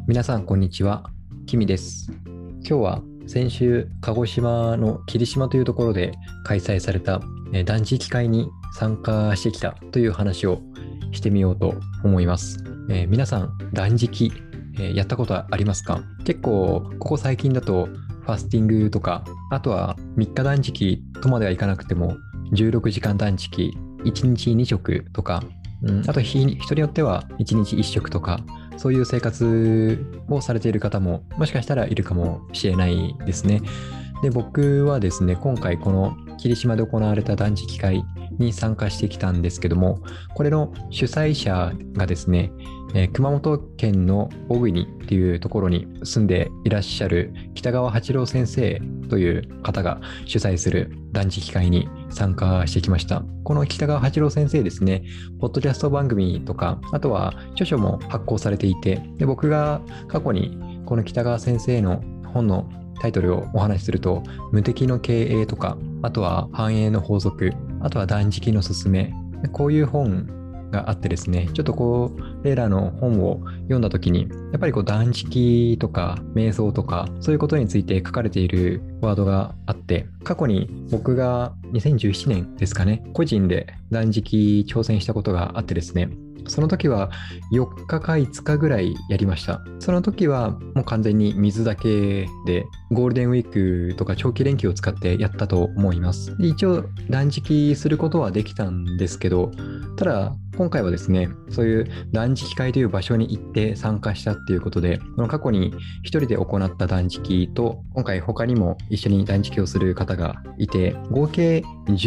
皆さんこんにちは、キミです。今日は先週鹿児島の霧島というところで開催された断食会に参加してきたという話をしてみようと思います。皆さん断食、やったことありますか？結構ここ最近だとファスティングとか、あとは3日断食とまではいかなくても16時間断食、1日2食とか、あと人によっては1日1食とか、そういう生活をされている方ももしかしたらいるかもしれないですね。で、僕はですね、今回この霧島で行われた断食会に参加してきたんですけども、これの主催者がですね、熊本県の小国っていうところに住んでいらっしゃる北川八郎先生という方が主催する断食会に参加してきました。この北川八郎先生ですね、ポッドキャスト番組とか、あとは著書も発行されていて、で僕が過去にこの北川先生の本のタイトルをお話しすると、無敵の経営とか、あとは繁栄の法則、あとは断食のすすめ、こういう本があってですね、ちょっとこれらの本を読んだ時に、やっぱり断食とか瞑想とか、そういうことについて書かれているワードがあって、過去に僕が2017年ですかね、個人で断食挑戦したことがあってですね、その時は4日か5日ぐらいやりました。その時はもう完全に水だけで、ゴールデンウィークとか長期連休を使ってやったと思います。で、一応断食することはできたんですけど、ただ今回はですね、そういう断食会という場所に行って参加したっていうことで、この過去に一人で行った断食と、今回他にも一緒に断食をする方がいて、合計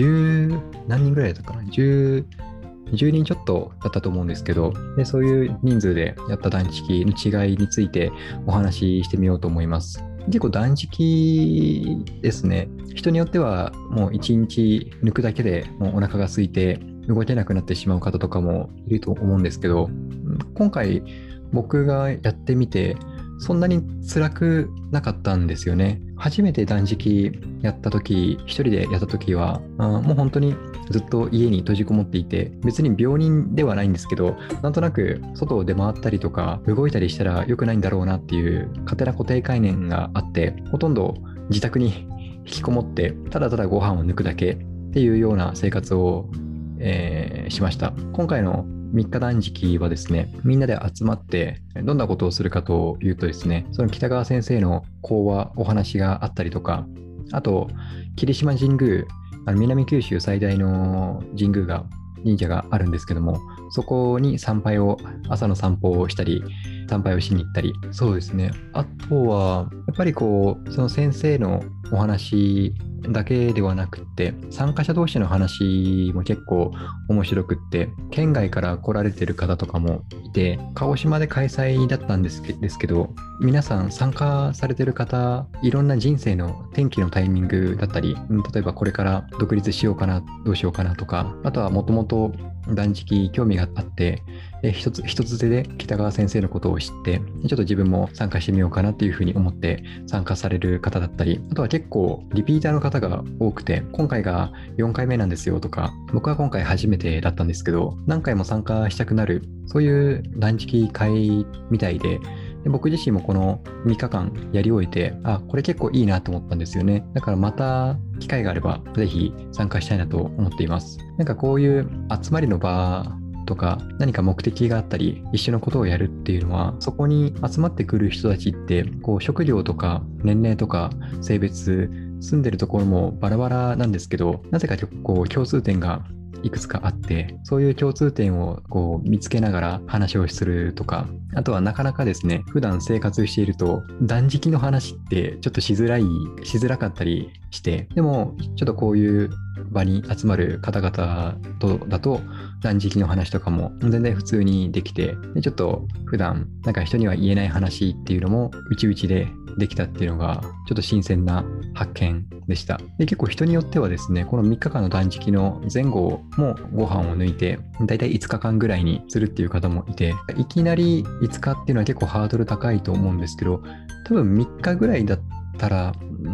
10何人ぐらいだったかな、10人ちょっとだったと思うんですけど、でそういう人数でやった断食の違いについてお話ししてみようと思います。結構断食ですね、人によってはもう1日抜くだけでもうお腹が空いて動けなくなってしまう方とかもいると思うんですけど、今回僕がやってみてそんなに辛くなかったんですよね。初めて断食やった時、一人でやった時はもう本当にずっと家に閉じこもっていて、別に病人ではないんですけど、なんとなく外を出回ったりとか動いたりしたら良くないんだろうなっていう勝手な固定概念があって、ほとんど自宅に引きこもってただただご飯を抜くだけっていうような生活を、しました。今回の3日断食はですね、みんなで集まってどんなことをするかというとですね、その北川先生の講話、お話があったりとか、あと霧島神宮、南九州最大の神社があるんですけども、そこに朝の散歩をしたり、参拝をしに行ったり、そうですね。あとは、やっぱりその先生のお話だけではなくって、参加者同士の話も結構面白くって、県外から来られてる方とかもいて、鹿児島で開催だったんですけど、皆さん参加されてる方、いろんな人生の転機のタイミングだったり、例えばこれから独立しようかな、どうしようかなとか、あとはもともと断食興味があって、一つ手で北川先生のことを知って、ちょっと自分も参加してみようかなっていうふうに思って参加される方だったり、あとは結構リピーターの方が多くて、今回が4回目なんですよとか、僕は今回初めてだったんですけど、何回も参加したくなる、そういう断食会みたいで、僕自身もこの3日間やり終えて、これ結構いいなと思ったんですよね。だからまた機会があればぜひ参加したいなと思っています。なんかこういう集まりの場とか何か目的があったり一緒のことをやるっていうのは、そこに集まってくる人たちって職業とか年齢とか性別、住んでるところもバラバラなんですけど、なぜか共通点がいくつかあって、そういう共通点を見つけながら話をするとか、あとはなかなかですね、普段生活していると断食の話ってちょっとしづらかったりして、でもちょっとこういう場に集まる方々だと断食の話とかも全然普通にできて、でちょっと普段なんか人には言えない話っていうのも内々でできたっていうのがちょっと新鮮な発見でした。で結構人によってはですね、この3日間の断食の前後もご飯を抜いてだいたい5日間ぐらいにするっていう方もいて、いきなり5日っていうのは結構ハードル高いと思うんですけど、多分3日ぐらいだったら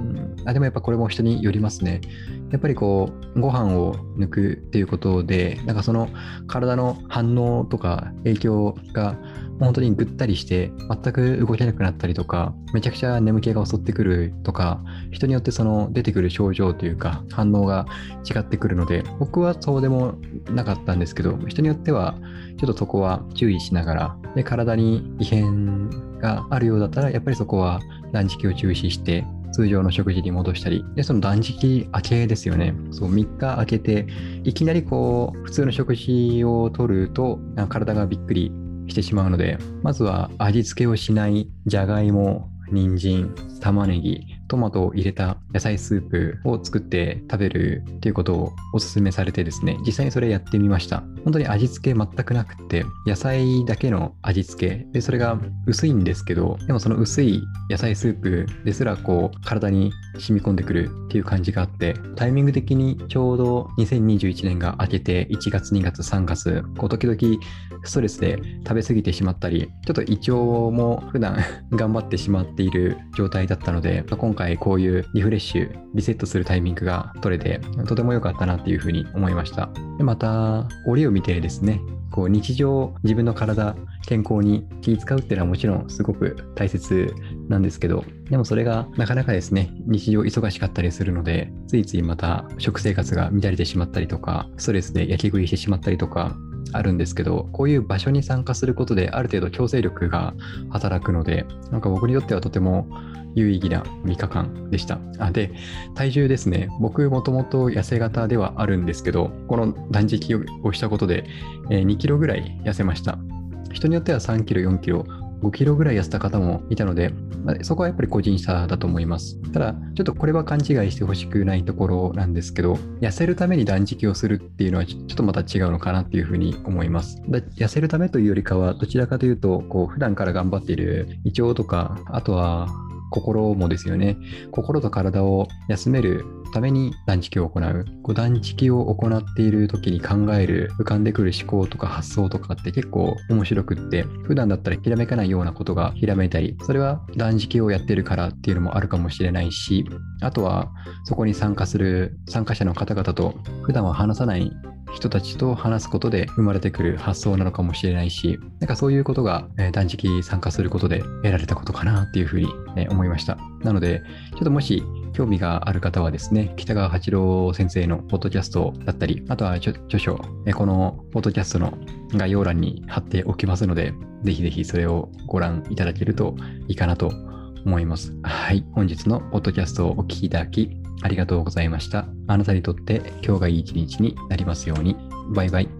でもやっぱこれも人によりますね。やっぱりこう、ご飯を抜くっていうことで、なんかその体の反応とか影響が本当にぐったりして全く動けなくなったりとか、めちゃくちゃ眠気が襲ってくるとか、人によってその出てくる症状というか反応が違ってくるので、僕はそうでもなかったんですけど、人によってはちょっとそこは注意しながら、で体に異変があるようだったら、やっぱりそこは断食を中止して、通常の食事に戻したり、で、その断食明けですよね。そう、3日明けて、いきなりこう、普通の食事をとると、体がびっくりしてしまうので、まずは味付けをしないじゃがいも、人参、玉ねぎ、トマトを入れた野菜スープを作って食べるっていうことをお勧めされてですね、実際にそれやってみました。本当に味付け全くなくって、野菜だけの味付けで、それが薄いんですけど、でもその薄い野菜スープですらこう体に染み込んでくるっていう感じがあって、タイミング的にちょうど2021年が明けて1月、2月、3月、こう時々ストレスで食べ過ぎてしまったり、ちょっと胃腸も普段頑張ってしまっている状態だったので、今回こういうリフレッシュ、リセットするタイミングが取れて、とても良かったなっていうふうに思いました。でまた、折を見てですね、こう日常自分の体、健康に気遣うっていうのはもちろんすごく大切なんですけど、でもそれがなかなかですね、日常忙しかったりするので、ついついまた食生活が乱れてしまったりとか、ストレスで焼き食いしてしまったりとか、あるんですけど、こういう場所に参加することである程度強制力が働くので、なんか僕にとってはとても有意義な3日間でした。で、体重ですね。僕もともと痩せ型ではあるんですけど、この断食をしたことで2キロぐらい痩せました。人によっては3キロ、4キロ、5キロぐらい痩せた方もいたので、そこはやっぱり個人差だと思います。ただ、ちょっとこれは勘違いしてほしくないところなんですけど、痩せるために断食をするっていうのはちょっとまた違うのかなっていうふうに思います。痩せるためというよりかは、どちらかというと、こう普段から頑張っている胃腸とか、あとは心もですよね。心と体を休めるために断食を行う。断食を行っている時に考える、浮かんでくる思考とか発想とかって結構面白くって、普段だったらひらめかないようなことがひらめいたり、それは断食をやってるからっていうのもあるかもしれないし、あとはそこに参加する参加者の方々と普段は話さない人たちと話すことで生まれてくる発想なのかもしれないし、なんかそういうことが断食参加することで得られたことかなっていうふうに思いました。なので、ちょっともし興味がある方はですね、北川八郎先生のポッドキャストだったり、あとは著書、このポッドキャストの概要欄に貼っておきますので、ぜひぜひそれをご覧いただけるといいかなと思います。はい、本日のポッドキャストをお聞きいただきありがとうございました。あなたにとって今日がいい一日になりますように。バイバイ。